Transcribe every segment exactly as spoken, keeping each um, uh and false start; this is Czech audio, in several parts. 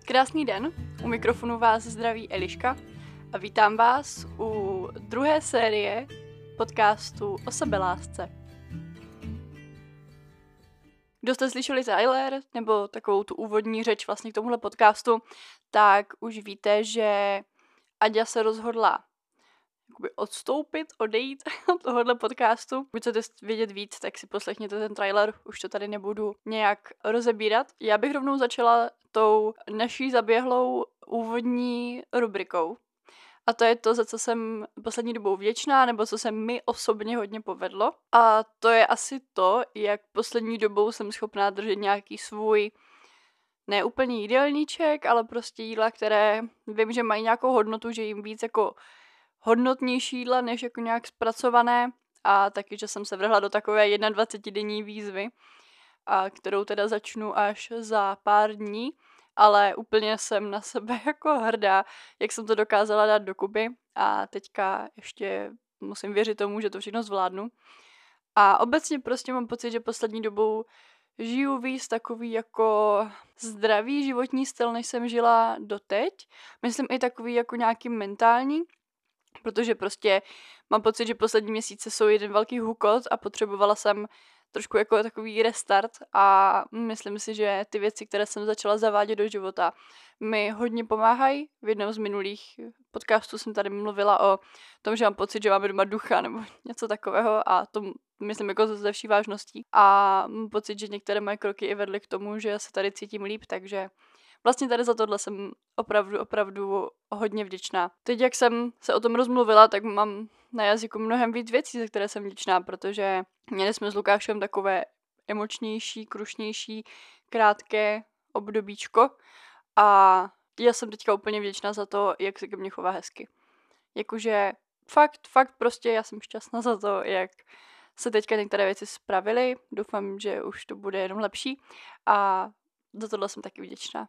Krásný den, u mikrofonu vás zdraví Eliška a vítám vás u druhé série podcastu o sebelásce. Kdo jste slyšeli trailer nebo takovou tu úvodní řeč vlastně k tomuhle podcastu, tak už víte, že Aďa se rozhodla jakoby odstoupit, odejít od tohohle podcastu. Pokud chcete vědět víc, tak si poslechněte ten trailer, už to tady nebudu nějak rozebírat. Já bych rovnou začala tou naší zaběhlou úvodní rubrikou. A to je to, za co jsem poslední dobou vděčná, nebo co se mi osobně hodně povedlo. A to je asi to, jak poslední dobou jsem schopná držet nějaký svůj ne úplně jídelníček, ale prostě jídla, které vím, že mají nějakou hodnotu, že jim víc jako hodnotnější jídla, než jako nějak zpracované. A taky, že jsem se vrhla do takové dvacetidenní výzvy, a kterou teda začnu až za pár dní. Ale úplně jsem na sebe jako hrdá, jak jsem to dokázala dát dokupy a teďka ještě musím věřit tomu, že to všechno zvládnu. A obecně prostě mám pocit, že poslední dobou žiju víc takový jako zdravý životní styl, než jsem žila doteď. Myslím i takový jako nějaký mentální, protože prostě mám pocit, že poslední měsíce jsou jeden velký hukot a potřebovala jsem trošku jako takový restart a myslím si, že ty věci, které jsem začala zavádět do života, mi hodně pomáhají. V jednom z minulých podcastů jsem tady mluvila o tom, že mám pocit, že máme doma ducha nebo něco takového a to myslím jako ze vší vážností. A mám pocit, že některé moje kroky i vedly k tomu, že se tady cítím líp, takže vlastně tady za tohle jsem opravdu, opravdu hodně vděčná. Teď, jak jsem se o tom rozmluvila, tak mám na jazyku mnohem víc věcí, za které jsem vděčná, protože měli jsme s Lukášem takové emočnější, krušnější, krátké obdobíčko a já jsem teďka úplně vděčná za to, jak se ke mně chová hezky. Jakože fakt, fakt prostě já jsem šťastná za to, jak se teďka některé věci spravily. Doufám, že už to bude jenom lepší a za tohle jsem taky vděčná.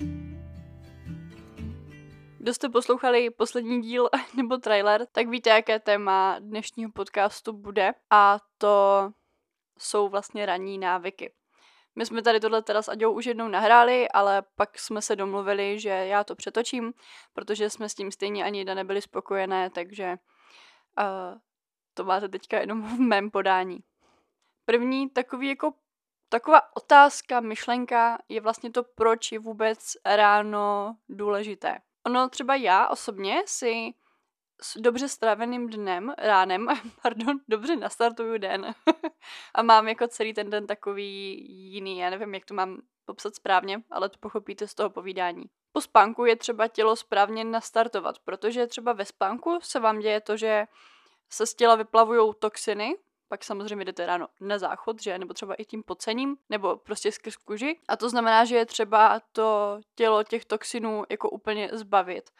Kdo jste poslouchali poslední díl nebo trailer, tak víte, jaké téma dnešního podcastu bude a to jsou vlastně ranní návyky. My jsme tady tohle teda s Aďou už jednou nahráli, ale pak jsme se domluvili, že já to přetočím, protože jsme s tím stejně ani jedna nebyli spokojené, takže uh, to máte teďka jenom v mém podání. První takový jako Taková otázka, myšlenka je vlastně to, proč je vůbec ráno důležité. Ono třeba já osobně si s dobře stráveným dnem, ránem, pardon, dobře nastartuju den a mám jako celý ten den takový jiný, já nevím, jak to mám popsat správně, ale to pochopíte z toho povídání. Po spánku je třeba tělo správně nastartovat, protože třeba ve spánku se vám děje to, že se z těla vyplavují toxiny, pak samozřejmě jdete ráno na záchod, že? Nebo třeba i tím pocením, nebo prostě skrz kůži. A to znamená, že je třeba to tělo těch toxinů jako úplně zbavit.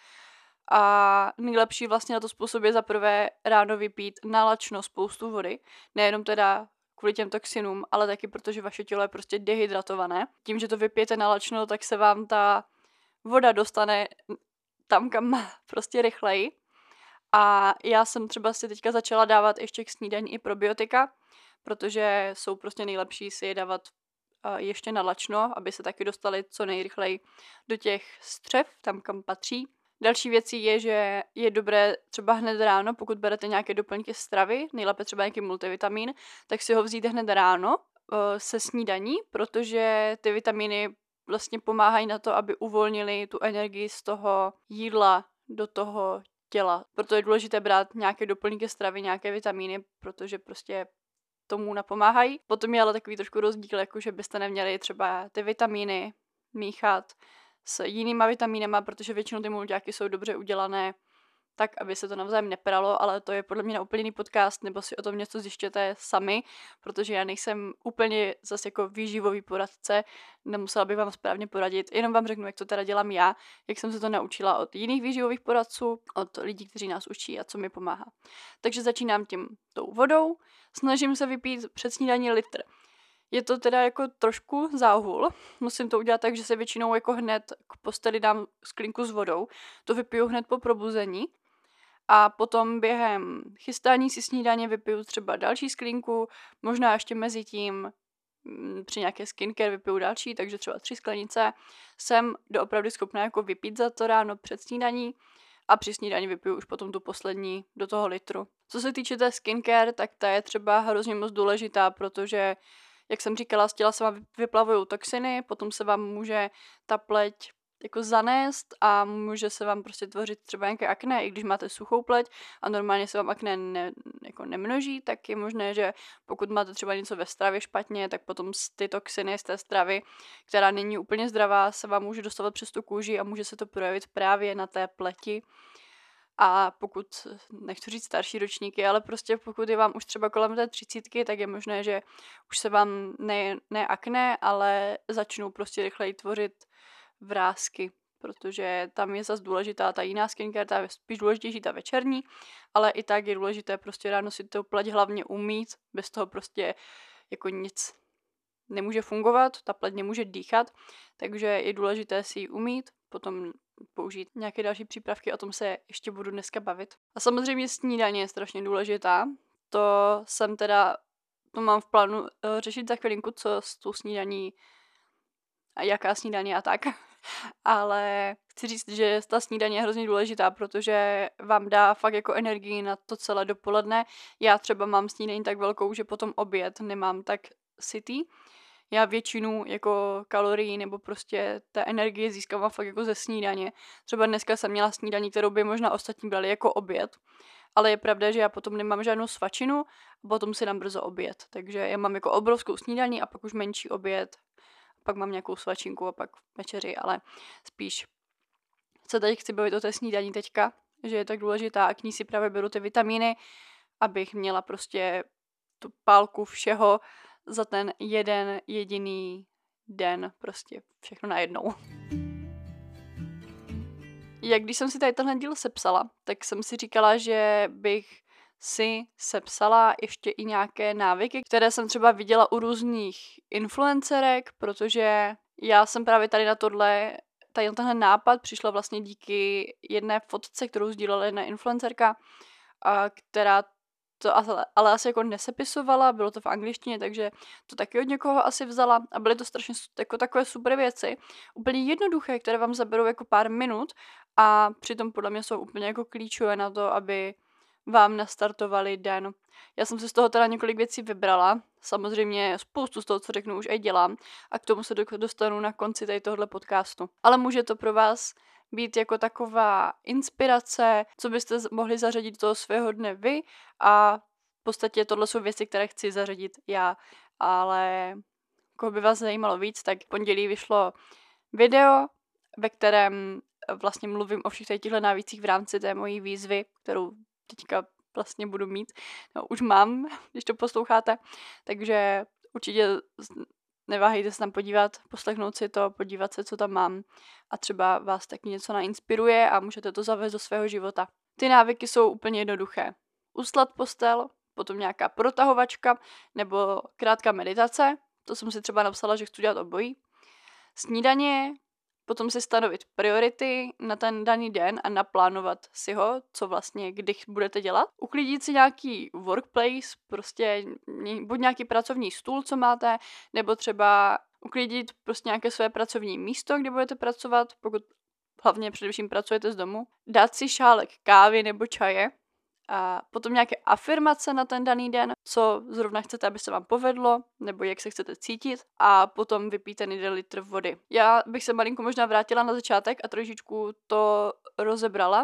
A nejlepší vlastně na to způsob je zaprvé ráno vypít nalačno spoustu vody. Nejenom teda kvůli těm toxinům, ale taky protože vaše tělo je prostě dehydratované. Tím, že to vypijete nalačno, tak se vám ta voda dostane tam, kam má, prostě rychleji. A já jsem třeba si teďka začala dávat ještě k snídani i probiotika, protože jsou prostě nejlepší si je dávat uh, ještě nalačno, aby se taky dostali co nejrychleji do těch střev, tam kam patří. Další věcí je, že je dobré třeba hned ráno, pokud berete nějaké doplňky stravy, nejlépe třeba nějaký multivitamin, tak si ho vzít hned ráno uh, se snídaní, protože ty vitamíny vlastně pomáhají na to, aby uvolnili tu energii z toho jídla do toho těla. Proto je důležité brát nějaké doplňky stravy, nějaké vitamíny, protože prostě tomu napomáhají. Potom je ale takový trošku rozdíl, jako že byste neměli třeba ty vitamíny míchat s jinýma vitamínama, protože většinou ty multiáky jsou dobře udělané tak, aby se to navzájem nepralo, ale to je podle mě na úplně jiný podcast, nebo si o tom něco zjištěte sami, protože já nejsem úplně zase jako výživový poradce, nemusela bych vám správně poradit, jenom vám řeknu, jak to teda dělám já, jak jsem se to naučila od jiných výživových poradců, od lidí, kteří nás učí a co mi pomáhá. Takže začínám tím tou vodou, snažím se vypít před snídaní litr. Je to teda jako trošku záhul, musím to udělat tak, že se většinou jako hned k posteli dám sklínku s vodou, to vypiju hned po probuzení a potom během chystání si snídaně vypiju třeba další sklínku, možná ještě mezi tím při nějaké skincare vypiju další, takže třeba tři sklenice, jsem doopravdy schopná jako vypít za to ráno před snídaní a při snídani vypiju už potom tu poslední do toho litru. Co se týče té skincare, tak ta je třeba hrozně moc důležitá, protože, jak jsem říkala, z těla se vám vyplavují toxiny, potom se vám může ta pleť jako zanést a může se vám prostě tvořit třeba nějaké akné, i když máte suchou pleť a normálně se vám akné ne, jako nemnoží, tak je možné, že pokud máte třeba něco ve stravě špatně, tak potom ty toxiny z té stravy, která není úplně zdravá, se vám může dostávat přes tu kůži a může se to projevit právě na té pleti. A pokud, nechci říct starší ročníky, ale prostě pokud je vám už třeba kolem té třicítky, tak je možné, že už se vám ne, ne akné, ale začnou prostě rychleji tvořit vrásky, protože tam je zase důležitá ta jiná skincare, ta je spíš důležitější ta večerní, ale i tak je důležité prostě ráno si to pleť hlavně umýt, bez toho prostě jako nic nemůže fungovat, ta pleť nemůže dýchat, takže je důležité si ji umýt, potom použít nějaké další přípravky, o tom se ještě budu dneska bavit. A samozřejmě snídaně je strašně důležitá, to jsem teda, to mám v plánu uh, řešit za chvilinku, co s tou snídaní a jaká snídaně a tak. Ale chci říct, že ta snídaně je hrozně důležitá, protože vám dá fakt jako energii na to celé dopoledne. Já třeba mám snídaní tak velkou, že potom oběd nemám tak sytý. Já většinu jako kalorií nebo prostě té energie získávám fakt jako ze snídaně. Třeba dneska jsem měla snídaní, kterou by možná ostatní brali jako oběd. Ale je pravda, že já potom nemám žádnou svačinu a potom si dám brzo oběd. Takže já mám jako obrovskou snídaní a pak už menší oběd. Pak mám nějakou svačinku a pak večeři, ale spíš se teď chci bavit o té snídaní teďka, že je tak důležitá a k ní si právě beru ty vitamíny, abych měla prostě tu pálku všeho za ten jeden jediný den, prostě všechno najednou. Jak když jsem si tady tenhle díl sepsala, tak jsem si říkala, že bych si sepsala ještě i nějaké návyky, které jsem třeba viděla u různých influencerek, protože já jsem právě tady na tohle, tady tenhle nápad přišla vlastně díky jedné fotce, kterou sdílela jedna influencerka, a která to ale, ale asi jako nesepisovala, bylo to v angličtině, takže to taky od někoho asi vzala a byly to strašně jako takové super věci, úplně jednoduché, které vám zaberou jako pár minut a přitom podle mě jsou úplně jako klíčové na to, aby vám nastartovali den. Já jsem si z toho teda několik věcí vybrala, samozřejmě spoustu z toho, co řeknu, už i dělám a k tomu se dostanu na konci tady tohohle podcastu. Ale může to pro vás být jako taková inspirace, co byste mohli zařadit do toho svého dne vy a v podstatě tohle jsou věci, které chci zařadit já, ale koho by vás zajímalo víc, tak v pondělí vyšlo video, ve kterém vlastně mluvím o všech těchto návících v rámci té mojí výzvy, kterou teďka vlastně budu mít. No, už mám, když to posloucháte, takže určitě neváhejte se tam podívat, poslechnout si to, podívat se, co tam mám a třeba vás taky něco nainspiruje a můžete to zavést do svého života. Ty návyky jsou úplně jednoduché. Uslat postel, potom nějaká protahovačka nebo krátká meditace, to jsem si třeba napsala, že chci dělat obojí. Snídaně, potom si stanovit priority na ten daný den a naplánovat si ho, co vlastně kdy budete dělat. Uklidit si nějaký workplace, prostě buď nějaký pracovní stůl, co máte, nebo třeba uklidit prostě nějaké své pracovní místo, kde budete pracovat, pokud hlavně především pracujete z domu. Dát si šálek kávy nebo čaje. A potom nějaké afirmace na ten daný den, co zrovna chcete, aby se vám povedlo, nebo jak se chcete cítit a potom vypít ten jeden litr vody. Já bych se malinko možná vrátila na začátek a trošičku to rozebrala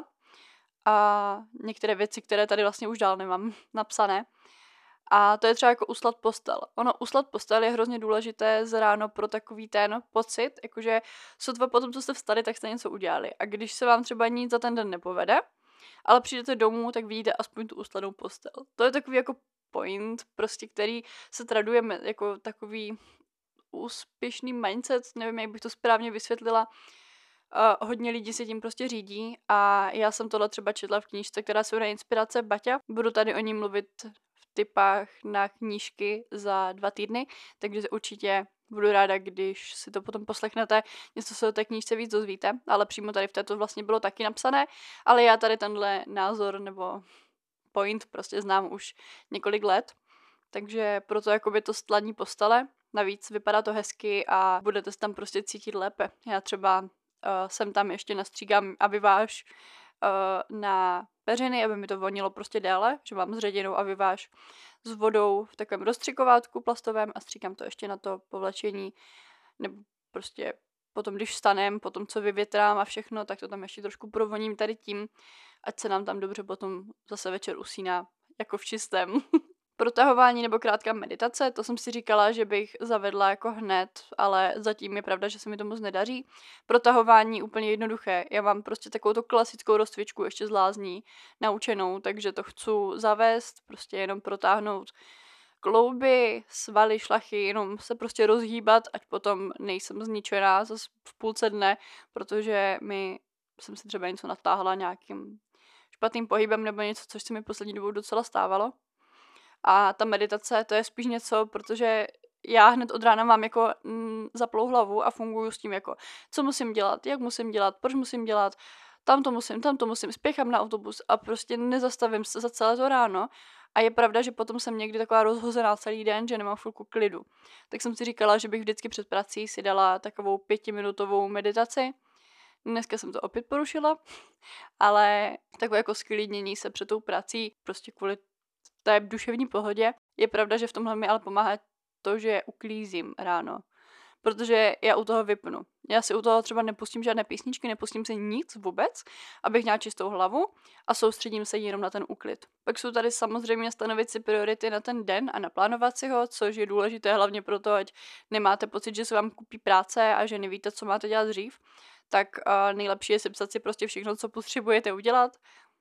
a některé věci, které tady vlastně už dál nemám napsané. A to je třeba jako uslat postel. Ono, uslat postel je hrozně důležité z ráno pro takový ten pocit, jakože sotva potom, co jste vstali, tak jste něco udělali. A když se vám třeba nic za ten den nepovede, ale přijdete domů, tak vidíte aspoň tu uslanou postel. To je takový jako point, prostě, který se traduje jako takový úspěšný mindset, nevím, jak bych to správně vysvětlila. Uh, hodně lidí se tím prostě řídí a já jsem tohle třeba četla v knížce, která se jmenuje Inspirace Baťa. Budu tady o ní mluvit v tipách na knížky za dva týdny, takže určitě budu ráda, když si to potom poslechnete, něco se o té knížce víc dozvíte, ale přímo tady v této vlastně bylo taky napsané, ale já tady tenhle názor nebo point prostě znám už několik let, takže proto jakoby to stlaní postele Navíc vypadá to hezky a budete se tam prostě cítit lépe. Já třeba uh, sem tam ještě nastřígám aviváž uh, na peřiny, aby mi to vonilo prostě déle, že mám zředěnou aviváž s vodou v takovém rozstřikovátku plastovém a stříkám to ještě na to povlečení, nebo prostě potom, když vstanem, potom co vyvětrám a všechno, tak to tam ještě trošku provoním tady tím, ať se nám tam dobře potom zase večer usíná jako v čistém. Protahování nebo krátká meditace, to jsem si říkala, že bych zavedla jako hned, ale zatím je pravda, že se mi to moc nedaří. Protahování úplně jednoduché. Já mám prostě takovou tu klasickou rozcvičku ještě z lázní naučenou, takže to chci zavést, prostě jenom protáhnout klouby, svaly, šlachy, jenom se prostě rozhýbat, ať potom nejsem zničená zase v půlce dne, protože mi jsem si třeba něco natáhla nějakým špatným pohybem nebo něco, což se mi poslední dobou docela stávalo. A ta meditace, to je spíš něco, protože já hned od rána mám jako mm, zaplou hlavu a funguju s tím jako, co musím dělat, jak musím dělat, proč musím dělat, tam to musím, tam to musím, spěchám na autobus a prostě nezastavím se za celé to ráno. A je pravda, že potom jsem někdy taková rozhozená celý den, že nemám chvilku klidu. Tak jsem si říkala, že bych vždycky před prací si dala takovou pětiminutovou meditaci. Dneska jsem to opět porušila, ale takové jako sklidnění se před tou prací, prostě kvůli té duševní pohodě. Je pravda, že v tomhle mi ale pomáhá to, že uklízím ráno. Protože já u toho vypnu. Já si u toho třeba nepustím žádné písničky, nepustím si nic vůbec, abych měla čistou hlavu a soustředím se jenom na ten úklid. Pak jsou tady samozřejmě stanovit si priority na ten den a naplánovat si ho, což je důležité hlavně proto, ať nemáte pocit, že se vám kupí práce a že nevíte, co máte dělat dřív. Tak uh, nejlepší je sepsat si prostě všechno, co potřebujete udělat,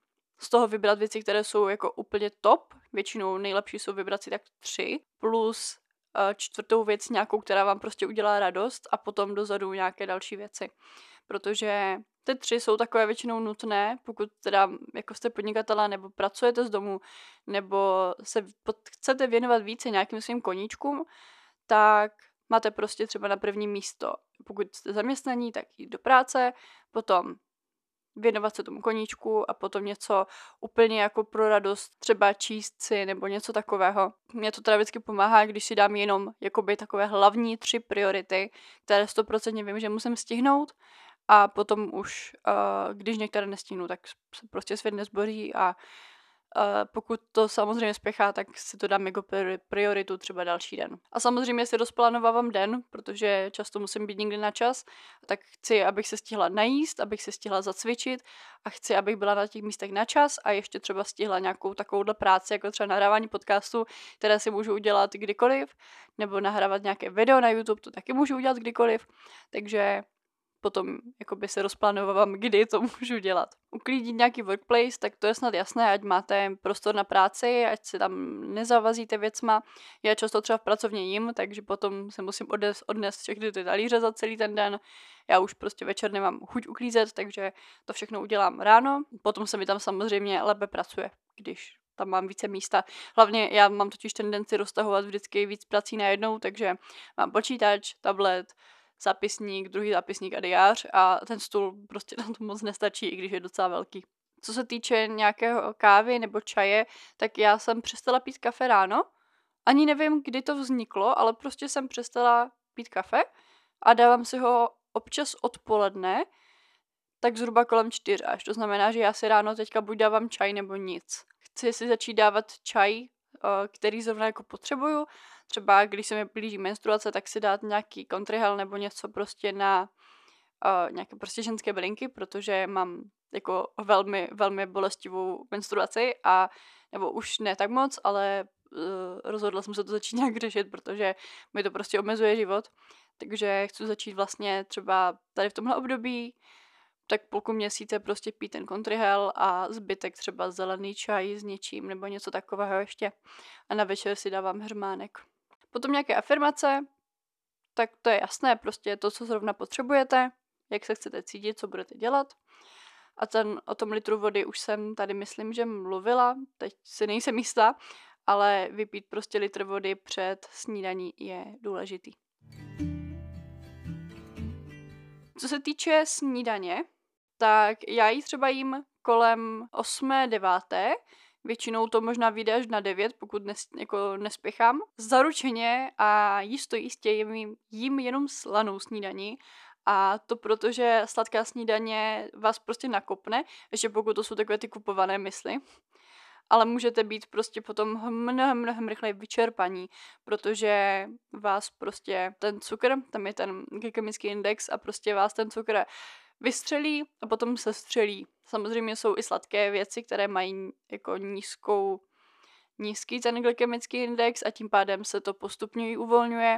z toho vybrat věci, které jsou jako úplně top. Většinou nejlepší jsou vybrat si tak tři, plus uh, čtvrtou věc nějakou, která vám prostě udělá radost a potom dozadu nějaké další věci. Protože ty tři jsou takové většinou nutné, pokud teda jako jste podnikatelé nebo pracujete z domu, nebo se pod, chcete věnovat více nějakým svým koníčkům, tak máte prostě třeba na první místo, pokud jste zaměstnaní, tak jít do práce, potom věnovat se tomu koníčku a potom něco úplně jako pro radost, třeba číst si nebo něco takového. Mě to teda vždycky pomáhá, když si dám jenom jakoby takové hlavní tři priority, které stoprocentně vím, že musím stihnout a potom už, uh, když některé nestihnu, tak se prostě svět nezboří a Uh, pokud to samozřejmě spěchá, tak si to dám jako prioritu třeba další den. A samozřejmě si rozplánovávám den, protože často musím být někdy na čas, tak chci, abych se stihla najíst, abych se stihla zacvičit a chci, abych byla na těch místech na čas a ještě třeba stihla nějakou takovouhle práci, jako třeba nahrávání podcastu, které si můžu udělat kdykoliv, nebo nahrávat nějaké video na YouTube, to taky můžu udělat kdykoliv, takže potom jakoby se rozplánovávám, kdy to můžu dělat. Uklidit nějaký workplace, tak to je snad jasné, ať máte prostor na práci, ať se tam nezavazíte věcma. Já často třeba v pracovně jím, takže potom se musím odnes, odnést všechny ty talíře za celý ten den. Já už prostě večer nemám chuť uklízet, takže to všechno udělám ráno. Potom se mi tam samozřejmě lépe pracuje, když tam mám více místa. Hlavně já mám totiž tendenci roztahovat vždycky víc prací najednou, takže mám počítač, tablet, zápisník, druhý zápisník a diář a ten stůl prostě na to moc nestačí, i když je docela velký. Co se týče nějakého kávy nebo čaje, tak já jsem přestala pít kafe ráno. Ani nevím, kdy to vzniklo, ale prostě jsem přestala pít kafe a dávám si ho občas odpoledne, tak zhruba kolem čtyř až. To znamená, že já si ráno teďka buď dávám čaj nebo nic. Chci si začít dávat čaj, který zrovna jako potřebuju. Třeba když se mi blíží menstruace, tak si dát nějaký kontrihel nebo něco prostě na uh, nějaké prostě ženské bylinky, protože mám jako velmi, velmi bolestivou menstruaci a nebo už ne tak moc, ale uh, rozhodla jsem se to začít nějak řešit, protože mi to prostě omezuje život. Takže chci začít vlastně třeba tady v tomhle období tak půlku měsíce prostě pít ten kontrihel a zbytek třeba zelený čaj s něčím nebo něco takového ještě. A na večer si dávám hermánek. Potom nějaké afirmace, tak to je jasné, prostě to, co zrovna potřebujete, jak se chcete cítit, co budete dělat. A ten, o tom litru vody už jsem tady myslím, že mluvila, teď si nejsem jistá, ale vypít prostě litr vody před snídaní je důležitý. Co se týče snídaně, tak já ji třeba jím kolem osmé, deváté, Většinou to možná vyjde až na devět, pokud nes, jako nespěchám. Zaručeně a jisto jistě jim, jim jenom slanou snídaní. A to proto, že sladká snídaně vás prostě nakopne, že pokud to jsou takové ty kupované mysli. Ale můžete být prostě potom mnohem, mnohem rychleji vyčerpaní, protože vás prostě ten cukr, tam je ten glykemický index a prostě vás ten cukr vystřelí a potom se střelí. Samozřejmě jsou i sladké věci, které mají jako nízkou, nízký ten glykemický index a tím pádem se to postupně uvolňuje,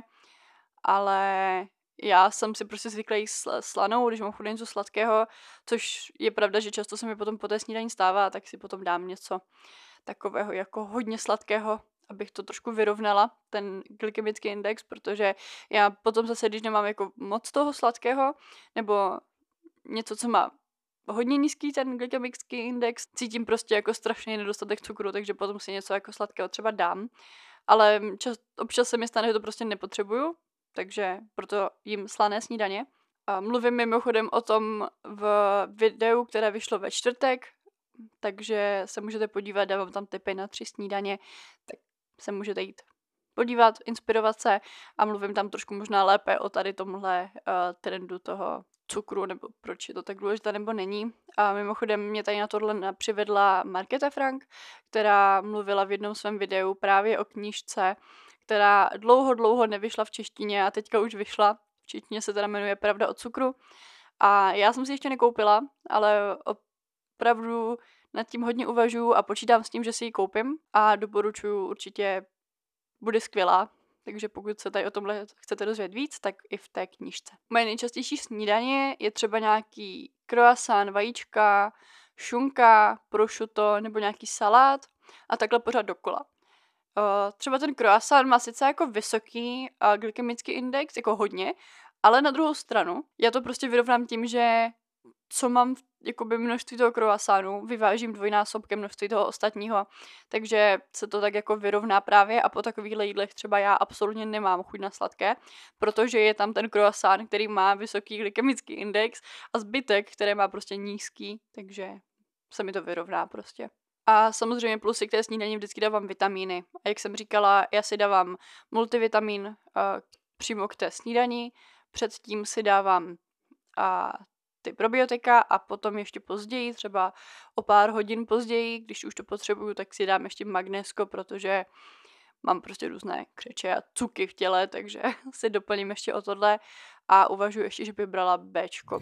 ale já jsem si prostě zvyklá jíst slanou, když mám chuť něco sladkého, což je pravda, že často se mi potom po té snídani stává, tak si potom dám něco takového jako hodně sladkého, abych to trošku vyrovnala, ten glykemický index, protože já potom zase, když nemám jako moc toho sladkého, nebo něco, co má hodně nízký ten glykemický index, cítím prostě jako strašný nedostatek cukru, takže potom si něco jako sladkého třeba dám, ale čas, občas se mi stane, že to prostě nepotřebuju, takže proto jim slané snídaně. A mluvím mimochodem o tom v videu, které vyšlo ve čtvrtek, takže se můžete podívat, dávám tam tipy na tři snídaně, tak se můžete jít podívat, inspirovat se a mluvím tam trošku možná lépe o tady tomhle uh, trendu toho cukru, nebo proč je to tak důležité, nebo není. A mimochodem mě tady na tohle přivedla Markéta Frank, která mluvila v jednom svém videu právě o knížce, která dlouho, dlouho nevyšla v češtině a teďka už vyšla. V češtině se teda jmenuje Pravda o cukru. A já jsem si ještě nekoupila, ale opravdu nad tím hodně uvažuju a počítám s tím, že si ji koupím a doporučuji, určitě bude skvělá. Takže pokud se tady o tomhle chcete dozvědět víc, tak i v té knížce. Moje nejčastější snídaně je třeba nějaký croissant, vajíčka, šunka, prosciutto nebo nějaký salát a takhle pořád dokola. Uh, třeba ten croissant má sice jako vysoký uh, glykemický index, jako hodně, ale na druhou stranu já to prostě vyrovnám tím, že co mám v jakoby množství toho croissantu, vyvážím dvojnásobkem množství toho ostatního, takže se to tak jako vyrovná právě a po takovýchhle jídlech třeba já absolutně nemám chuť na sladké, protože je tam ten croissant, který má vysoký glykemický index a zbytek, který má prostě nízký, takže se mi to vyrovná prostě. A samozřejmě plusy k té snídani vždycky dávám vitamíny. A jak jsem říkala, já si dávám multivitamin uh, přímo k té snídani, předtím si dávám uh, ty probiotika a potom ještě později, třeba o pár hodin později, když už to potřebuju, tak si dám ještě magnésko, protože mám prostě různé křeče a cuky v těle, takže si doplním ještě o tohle a uvažuji ještě, že by brala Bčko.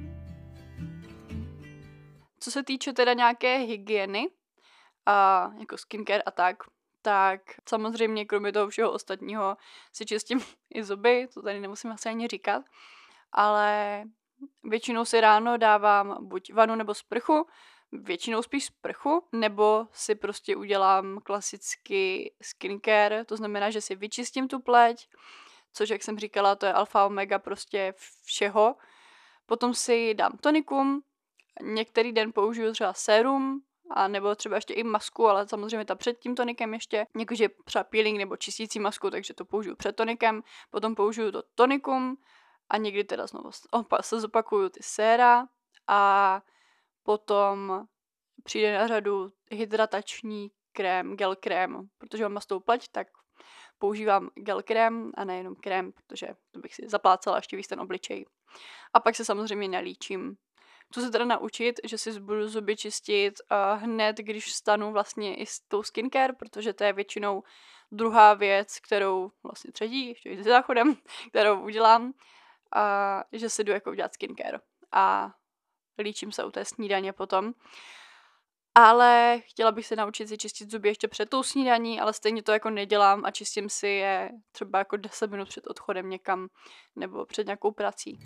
Co se týče teda nějaké hygieny, a jako skincare a tak, tak samozřejmě kromě toho všeho ostatního si čistím i zuby, to tady nemusím asi ani říkat, ale většinou si ráno dávám buď vanu nebo sprchu, většinou spíš sprchu, nebo si prostě udělám klasický skincare, to znamená, že si vyčistím tu pleť, což jak jsem říkala, to je alfa omega prostě všeho. Potom si dám tonikum, některý den použiju třeba sérum, a nebo třeba ještě i masku, ale samozřejmě ta před tím tonikem ještě, jakože třeba peeling nebo čistící masku, takže to použiju před tonikem, potom použiju to tonikum a někdy teda znovu opa, se zopakuju ty séra a potom přijde na řadu hydratační krém, gel krém, protože mám mastou pleť, tak používám gel krém a nejenom krém, protože to bych si zaplácala ještě víc ten obličej. A pak se samozřejmě nalíčím. Chci se teda naučit, že si budu zuby čistit uh, hned, když vstanu vlastně i s tou skincare, protože to je většinou druhá věc, kterou, vlastně třetí, ještě s záchodem, kterou udělám, a že si jdu jako udělat skincare a líčím se u té snídaně potom. Ale chtěla bych se naučit si čistit zuby ještě před tou snídaní, ale stejně to jako nedělám a čistím si je třeba jako deset minut před odchodem někam nebo před nějakou prací.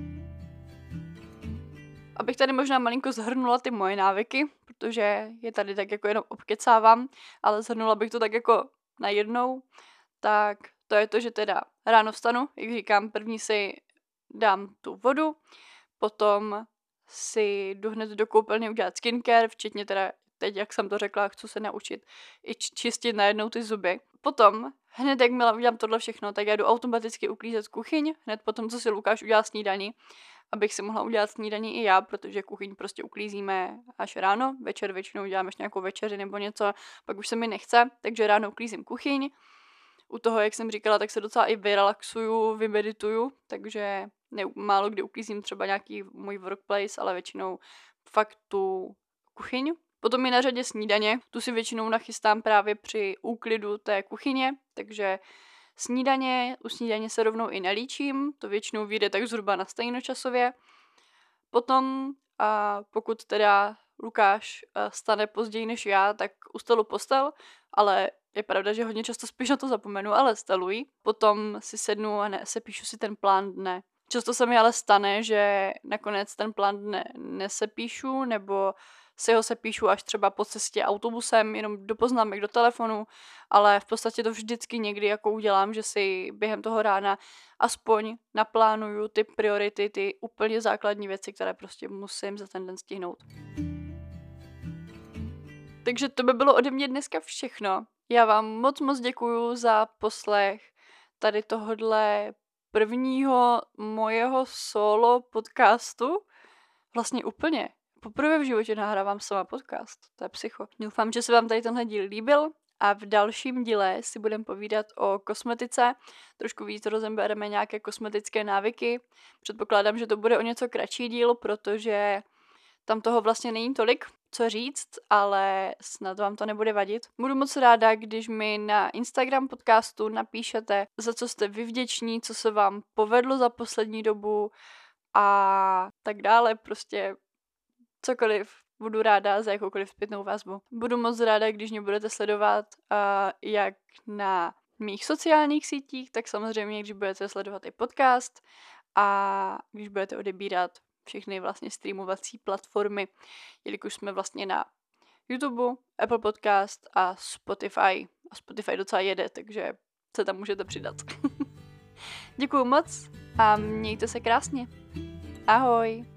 Abych tady možná malinko zhrnula ty moje návyky, protože je tady tak jako jenom obkecávám, ale zhrnula bych to tak jako najednou, tak to je to, že teda ráno vstanu, jak říkám, první si dám tu vodu, potom si jdu hned do koupelny udělat skincare, včetně teda teď, jak jsem to řekla, chci se naučit i čistit najednou ty zuby. Potom, hned jak měla udělám tohle všechno, tak já jdu automaticky uklízet kuchyň, hned potom, co si Lukáš udělá snídani. abych si mohla udělat snídaní i já, protože kuchyň prostě uklízíme až ráno, večer většinou děláme ještě nějakou večeři nebo něco, pak už se mi nechce, takže ráno uklízím kuchyň. U toho, jak jsem říkala, tak se docela i vyrelaxuju, vymedituju, takže ne, málo kdy uklízím třeba nějaký můj workplace, ale většinou fakt tu kuchyň. Potom je na řadě snídaně, tu si většinou nachystám právě při úklidu té kuchyně, takže snídaně, u snídaně se rovnou i nalíčím, to většinou vyjde tak zhruba na stejnočasově. Potom, a pokud teda Lukáš stane později než já, tak ustalu postel, ale je pravda, že hodně často spíš na to zapomenu, ale staluji. Potom si sednu a ne, sepíšu si ten plán dne. Často se mi ale stane, že nakonec ten plán dne nesepíšu, nebo si ho sepíšu až třeba po cestě autobusem, jenom do poznámek do telefonu, ale v podstatě to vždycky někdy jako udělám, že si během toho rána aspoň naplánuju ty priority, ty úplně základní věci, které prostě musím za ten den stihnout. Takže to by bylo ode mě dneska všechno. Já vám moc moc děkuju za poslech tady tohodle prvního mojeho solo podcastu. Vlastně úplně. Poprvé v životě nahrávám sama podcast. To je psycho. Doufám, že se vám tady tenhle díl líbil a v dalším díle si budeme povídat o kosmetice. Trošku víc rozebereme nějaké kosmetické návyky. Předpokládám, že to bude o něco kratší díl, protože tam toho vlastně není tolik, co říct, ale snad vám to nebude vadit. Budu moc ráda, když mi na Instagram podcastu napíšete, za co jste vy vděční, co se vám povedlo za poslední dobu a tak dále, prostě cokoliv. Budu ráda za jakoukoliv zpětnou vazbu. Budu moc ráda, když mě budete sledovat uh, jak na mých sociálních sítích, tak samozřejmě, když budete sledovat i podcast a když budete odebírat všechny vlastně streamovací platformy, jelikož jsme vlastně na YouTube, Apple Podcast a Spotify. A Spotify docela jede, takže se tam můžete přidat. Děkuju moc a mějte se krásně. Ahoj!